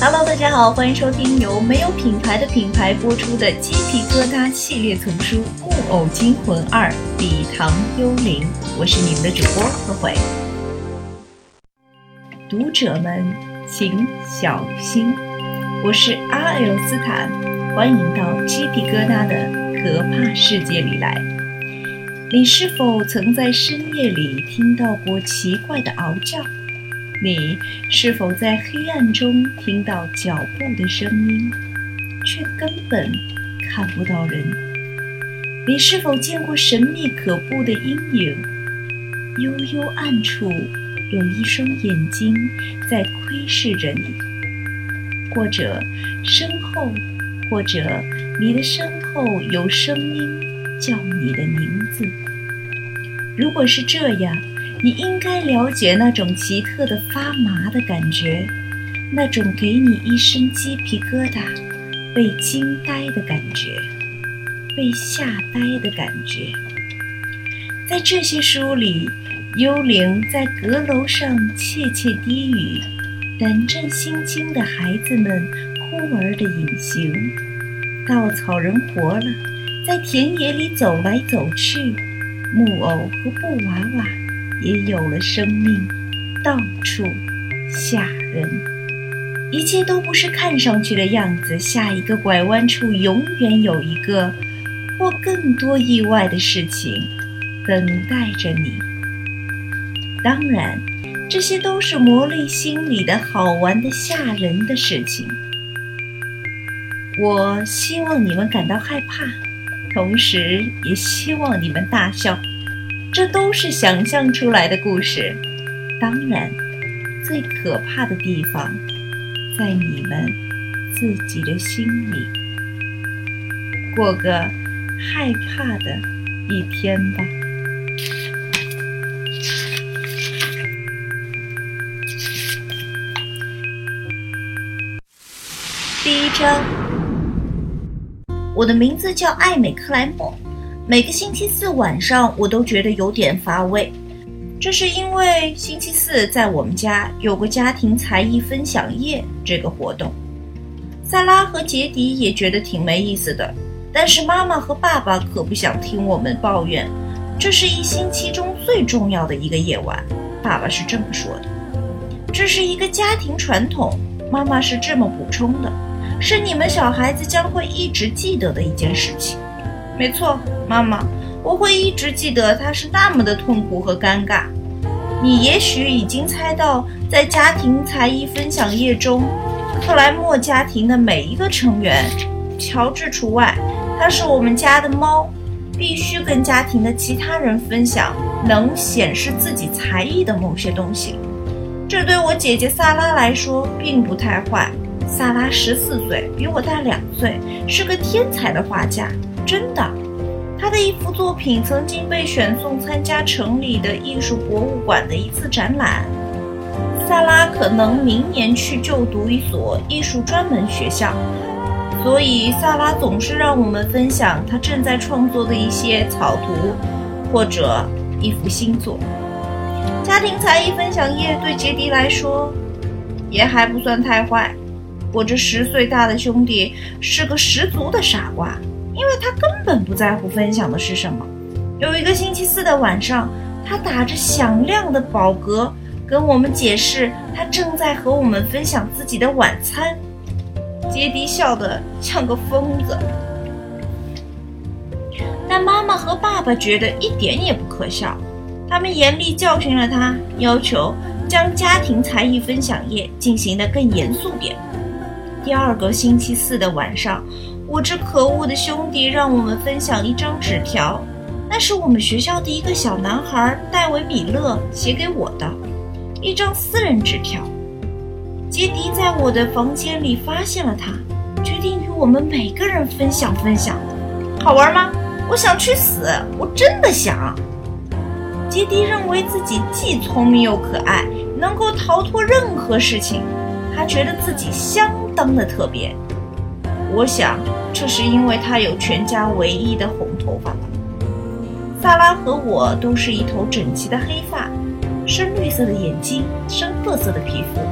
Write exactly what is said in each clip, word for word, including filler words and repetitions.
Hello， 大家好，欢迎收听由没有品牌的品牌播出的鸡皮疙瘩系列丛书《木偶惊魂二：笔塘幽灵》，我是你们的主播何悔。读者们请小心，我是阿尔斯坦，欢迎到鸡皮疙瘩的可怕世界里来。你是否曾在深夜里听到过奇怪的嗷叫？你是否在黑暗中听到脚步的声音，却根本看不到人？你是否见过神秘可怖的阴影？幽幽暗处有一双眼睛在窥视着你，或者身后，或者你的身后有声音叫你的名字。如果是这样，你应该了解那种奇特的发麻的感觉，那种给你一身鸡皮疙瘩、被惊呆的感觉，被吓呆的感觉。在这些书里，幽灵在阁楼上窃窃低语，胆战心惊的孩子们忽而的隐形，稻草人活了，在田野里走来走去，木偶和布娃娃也有了生命，到处吓人。一切都不是看上去的样子，下一个拐弯处永远有一个或更多意外的事情等待着你。当然，这些都是魔力心里的好玩的吓人的事情。我希望你们感到害怕，同时也希望你们大笑。这都是想象出来的故事，当然，最可怕的地方在你们自己的心里。过个害怕的一天吧。第一章，我的名字叫艾美克莱默。每个星期四晚上我都觉得有点乏味，这是因为星期四在我们家有个家庭才艺分享夜这个活动。萨拉和杰迪也觉得挺没意思的，但是妈妈和爸爸可不想听我们抱怨。这是一星期中最重要的一个夜晚，爸爸是这么说的。这是一个家庭传统，妈妈是这么补充的，是你们小孩子将会一直记得的一件事情。没错，妈妈，我会一直记得它是那么的痛苦和尴尬。你也许已经猜到，在家庭才艺分享夜中，克莱默家庭的每一个成员，乔治除外，他是我们家的猫，必须跟家庭的其他人分享能显示自己才艺的某些东西。这对我姐姐萨拉来说并不太坏。萨拉十四岁，比我大两岁，是个天才的画家。真的，他的一幅作品曾经被选送参加城里的艺术博物馆的一次展览。萨拉可能明年去就读一所艺术专门学校，所以萨拉总是让我们分享他正在创作的一些草图或者一幅新作。家庭才艺分享夜对杰迪来说也还不算太坏。我这十岁大的兄弟是个十足的傻瓜，因为他根本不在乎分享的是什么。有一个星期四的晚上，他打着响亮的饱嗝跟我们解释他正在和我们分享自己的晚餐。杰迪笑得像个疯子，但妈妈和爸爸觉得一点也不可笑，他们严厉教训了他，要求将家庭才艺分享夜进行得更严肃点。第二个星期四的晚上，我这可恶的兄弟让我们分享一张纸条，那是我们学校的一个小男孩戴维·米勒写给我的，一张私人纸条。杰迪在我的房间里发现了它，决定与我们每个人分享分享。好玩吗？我想去死，我真的想。杰迪认为自己既聪明又可爱，能够逃脱任何事情，他觉得自己相当的特别。我想这是因为他有全家唯一的红头发吧。萨拉和我都是一头整齐的黑发，深绿色的眼睛，深褐色的皮肤，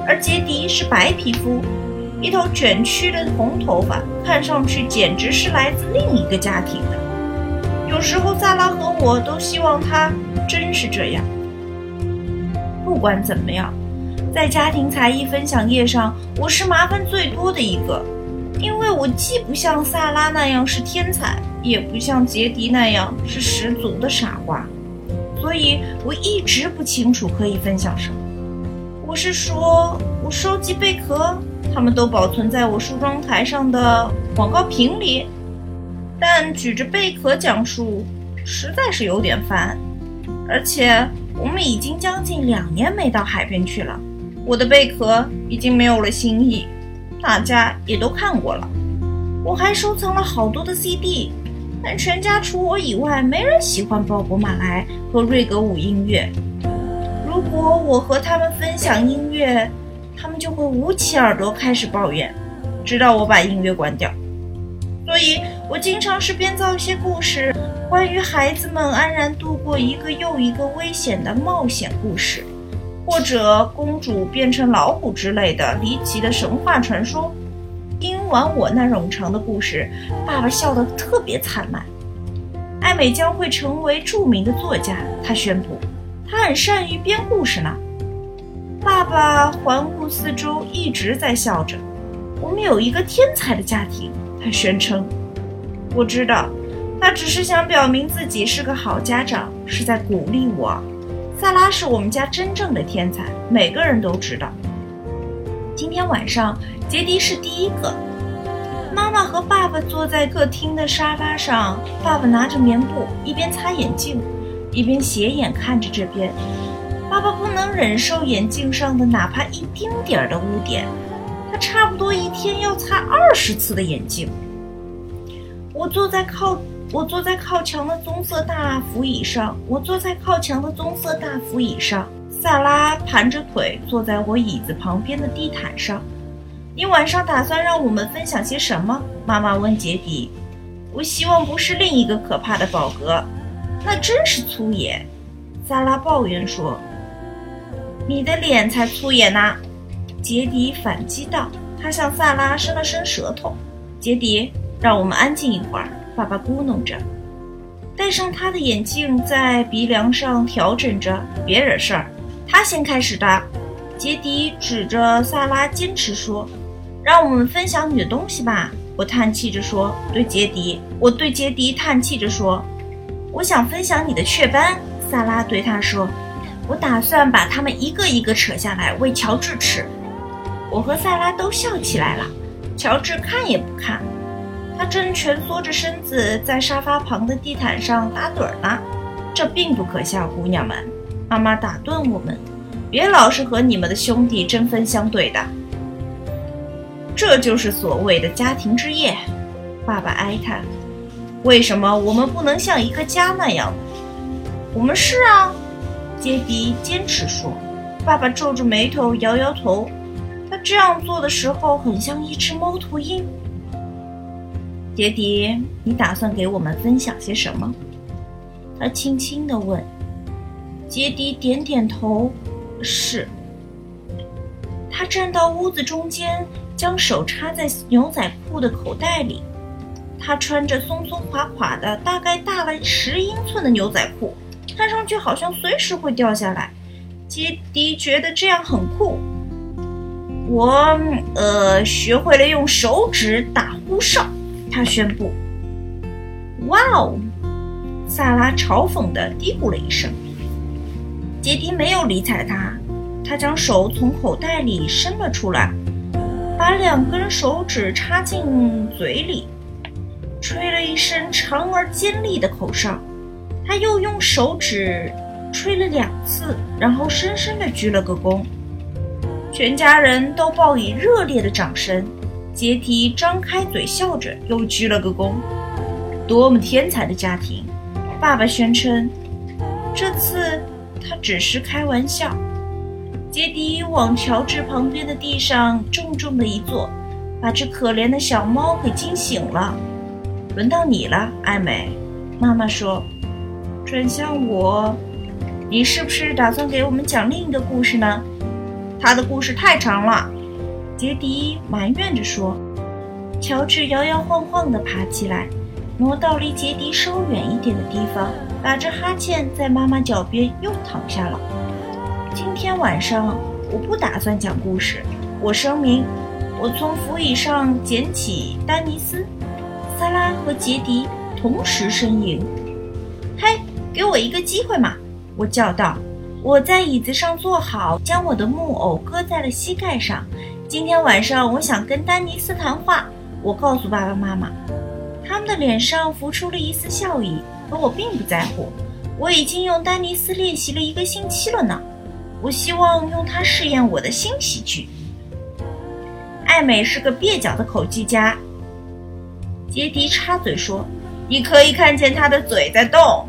而杰迪是白皮肤，一头卷曲的红头发，看上去简直是来自另一个家庭的。有时候萨拉和我都希望他真是这样。不管怎么样，在家庭才艺分享页上，我是麻烦最多的一个，因为我既不像萨拉那样是天才，也不像杰迪那样是十足的傻瓜，所以我一直不清楚可以分享什么。我是说，我收集贝壳，它们都保存在我梳妆台上的广告瓶里，但举着贝壳讲述实在是有点烦，而且我们已经将近两年没到海边去了，我的贝壳已经没有了新意，大家也都看过了。我还收藏了好多的 C D， 但全家除我以外没人喜欢鲍勃马莱和瑞格舞音乐。如果我和他们分享音乐，他们就会捂起耳朵开始抱怨，直到我把音乐关掉。所以我经常是编造一些故事，关于孩子们安然度过一个又一个危险的冒险故事，或者公主变成老虎之类的离奇的神话传说。听完我那冗长的故事，爸爸笑得特别灿烂。艾美将会成为著名的作家，他宣布，他很善于编故事呢。爸爸环顾四周，一直在笑着。我们有一个天才的家庭，他宣称。我知道，他只是想表明自己是个好家长，是在鼓励我。萨拉是我们家真正的天才，每个人都知道。今天晚上，杰迪是第一个。妈妈和爸爸坐在客厅的沙发上，爸爸拿着棉布，一边擦眼镜，一边斜眼看着这边。爸爸不能忍受眼镜上的哪怕一丁点儿的污点，他差不多一天要擦二十次的眼镜。我坐在靠我坐在靠墙的棕色大扶椅上，我坐在靠墙的棕色大扶椅上。萨拉盘着腿坐在我椅子旁边的地毯上。你晚上打算让我们分享些什么？妈妈问杰迪。我希望不是另一个可怕的宝格，那真是粗野。萨拉抱怨说。你的脸才粗野呢，杰迪反击道。他向萨拉伸了伸舌头。杰迪，让我们安静一会儿，爸爸咕哝着，戴上他的眼镜，在鼻梁上调整着。别惹事儿，他先开始的。杰迪指着萨拉坚持说，让我们分享你的东西吧。我叹气着说，对杰迪，我对杰迪叹气着说，我想分享你的雀斑。萨拉对他说，我打算把它们一个一个扯下来喂乔治吃。我和萨拉都笑起来了，乔治看也不看，他正蜷缩着身子在沙发旁的地毯上打盹呢。这并不可笑，姑娘们。妈妈打断我们，别老是和你们的兄弟针锋相对的。这就是所谓的家庭之夜，爸爸哀叹。为什么我们不能像一个家那样？我们是啊，杰迪坚持说。爸爸皱着眉头摇摇头，他这样做的时候很像一只猫头鹰。杰迪，你打算给我们分享些什么？他轻轻地问。杰迪点点头，是。他站到屋子中间，将手插在牛仔裤的口袋里。他穿着松松垮垮的，大概大了十英寸的牛仔裤，看上去好像随时会掉下来。杰迪觉得这样很酷。我呃学会了用手指打呼哨，他宣布。哇哦！萨拉嘲讽地嘀咕了一声。杰迪没有理睬他，他将手从口袋里伸了出来，把两根手指插进嘴里，吹了一声长而尖利的口哨。他又用手指吹了两次，然后深深地鞠了个躬。全家人都报以热烈的掌声。杰迪张开嘴笑着，又鞠了个躬。多么天才的家庭！爸爸宣称，这次他只是开玩笑。杰迪往乔治旁边的地上重重的一坐，把这可怜的小猫给惊醒了。轮到你了，艾美，妈妈说。转向我，你是不是打算给我们讲另一个故事呢？ 他的故事太长了。杰迪埋怨着说。乔治摇摇晃晃地爬起来，挪到离杰迪稍远一点的地方，打着哈欠在妈妈脚边又躺下了。今天晚上我不打算讲故事，我声明。我从扶椅上捡起丹尼斯，萨拉和杰迪同时呻吟。嘿，给我一个机会嘛！我叫道。我在椅子上坐好，将我的木偶搁在了膝盖上。今天晚上我想跟丹尼斯谈话，我告诉爸爸妈妈。他们的脸上浮出了一丝笑意，可我并不在乎。我已经用丹尼斯练习了一个星期了呢。我希望用它试验我的新喜剧。艾美是个蹩脚的口技家，杰迪插嘴说，你可以看见他的嘴在动。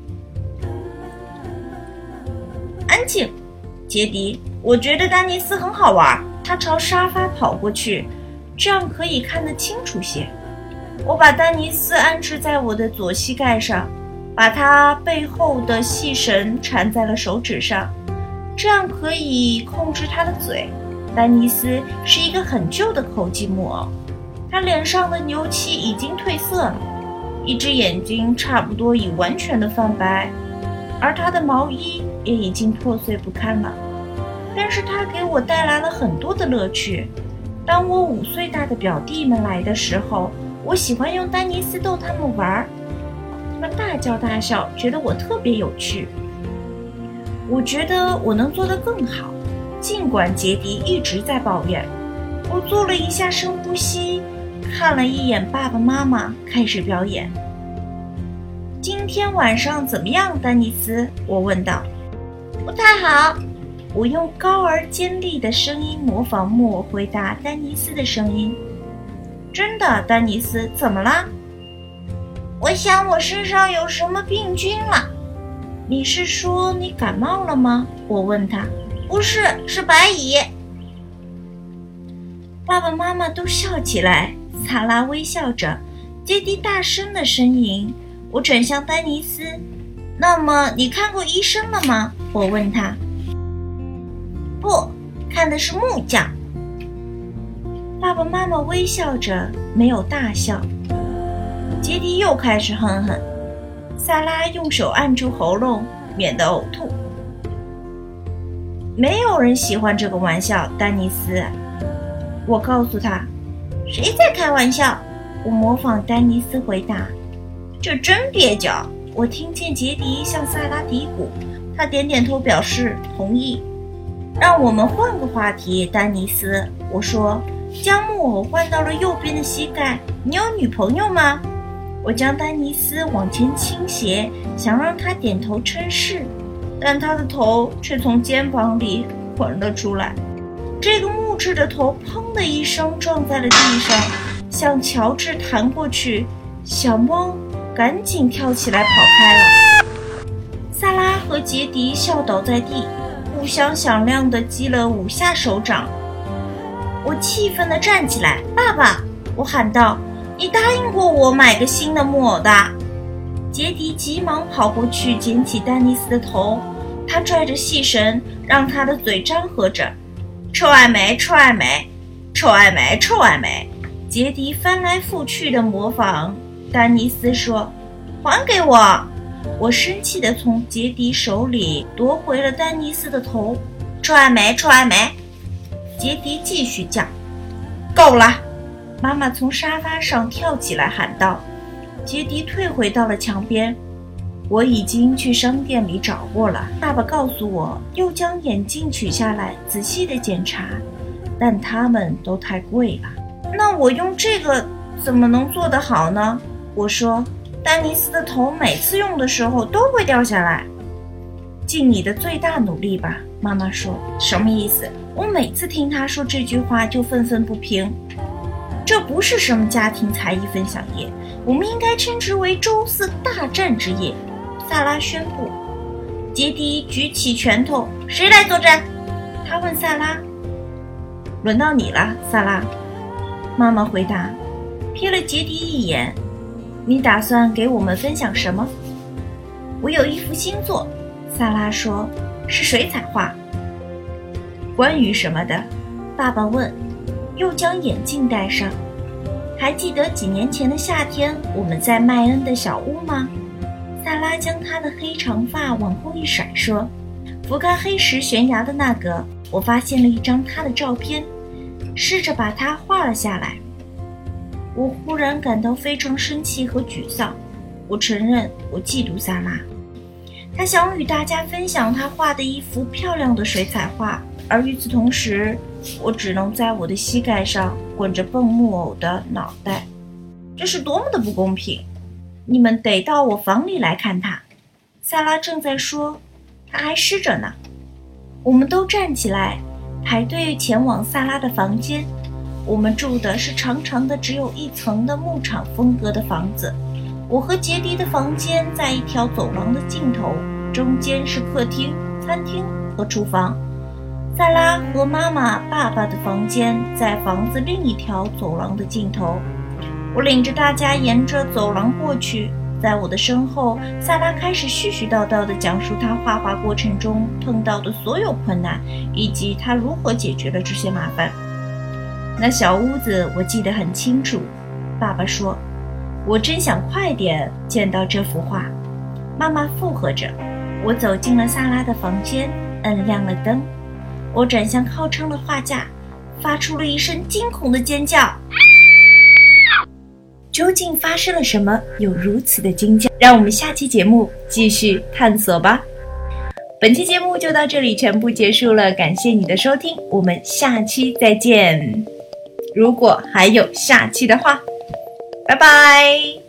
安静，杰迪，我觉得丹尼斯很好玩。他朝沙发跑过去，这样可以看得清楚些。我把丹尼斯安置在我的左膝盖上，把他背后的细绳缠在了手指上，这样可以控制他的嘴。丹尼斯是一个很旧的口技木偶，他脸上的油漆已经褪色了，一只眼睛差不多已完全的泛白，而他的毛衣也已经破碎不堪了。但是他给我带来了很多的乐趣。当我五岁大的表弟们来的时候，我喜欢用丹尼斯逗他们玩，他们大叫大笑，觉得我特别有趣。我觉得我能做得更好，尽管杰迪一直在抱怨。我做了一下深呼吸，看了一眼爸爸妈妈，开始表演。今天晚上怎么样，丹尼斯？我问道。不太好。我用高而尖利的声音模仿木偶回答丹尼斯的声音。真的，丹尼斯，怎么啦？我想我身上有什么病菌了。你是说你感冒了吗？我问他。不是，是白蚁。爸爸妈妈都笑起来，萨拉微笑着，杰迪大声地呻吟。我转向丹尼斯，那么你看过医生了吗？我问他。不，看的是木匠。爸爸妈妈微笑着，没有大笑。杰迪又开始哼哼，萨拉用手按住喉咙，免得呕吐。没有人喜欢这个玩笑，丹尼斯。我告诉他。谁在开玩笑？我模仿丹尼斯回答。这真蹩脚。我听见杰迪向萨拉嘀咕，他点点头表示同意。让我们换个话题，丹尼斯。我说，将木偶换到了右边的膝盖。你有女朋友吗？我将丹尼斯往前倾斜，想让他点头称是，但他的头却从肩膀里滚了出来。这个木质的头砰的一声撞在了地上，向乔治弹过去，小猫赶紧跳起来跑开了。萨拉和杰迪笑倒在地，互相响亮地击了五下手掌。我气愤地站起来，爸爸，我喊道，你答应过我买个新的木偶的。杰迪急忙跑过去捡起丹尼斯的头，他拽着细绳，让他的嘴张合着。臭艾美，臭艾美，臭艾美，臭艾美。杰迪翻来覆去地模仿。丹尼斯说，还给我。我生气地从杰迪手里夺回了丹尼斯的头。臭艾美，臭艾美。杰迪继续叫。够了。妈妈从沙发上跳起来喊道。杰迪退回到了墙边。我已经去商店里找过了，爸爸告诉我，又将眼镜取下来仔细地检查，但它们都太贵了。那我用这个怎么能做得好呢？我说，丹尼斯的头每次用的时候都会掉下来。尽你的最大努力吧，妈妈说。什么意思？我每次听他说这句话就愤愤不平。这不是什么家庭才艺分享夜，我们应该称之为周四大战之夜。萨拉宣布。杰迪举起拳头，谁来作战？他问萨拉。轮到你了，萨拉。妈妈回答，瞥了杰迪一眼。你打算给我们分享什么？我有一幅新作，萨拉说，是水彩画。 关于什么的？爸爸问，又将眼镜戴上。还记得几年前的夏天，我们在麦恩的小屋吗？萨拉将她的黑长发往后一甩，说，覆盖黑石悬崖的那个，我发现了一张她的照片，试着把它画了下来。我忽然感到非常生气和沮丧。我承认，我嫉妒萨拉。她想与大家分享她画的一幅漂亮的水彩画，而与此同时，我只能在我的膝盖上滚着蹦木偶的脑袋。这是多么的不公平！你们得到我房里来看它。萨拉正在说，它还湿着呢。我们都站起来，排队前往萨拉的房间。我们住的是长长的只有一层的牧场风格的房子。我和杰迪的房间在一条走廊的尽头，中间是客厅、餐厅和厨房。萨拉和妈妈、爸爸的房间在房子另一条走廊的尽头。我领着大家沿着走廊过去，在我的身后，萨拉开始絮絮叨叨地讲述她画画过程中碰到的所有困难，以及她如何解决了这些麻烦。那小屋子我记得很清楚，爸爸说，我真想快点见到这幅画。妈妈附和着。我走进了萨拉的房间，摁亮了灯。我转向靠窗的画架，发出了一声惊恐的尖叫。究竟发生了什么，有如此的惊叫？让我们下期节目继续探索吧。本期节目就到这里全部结束了，感谢你的收听，我们下期再见。如果还有下期的话，拜拜。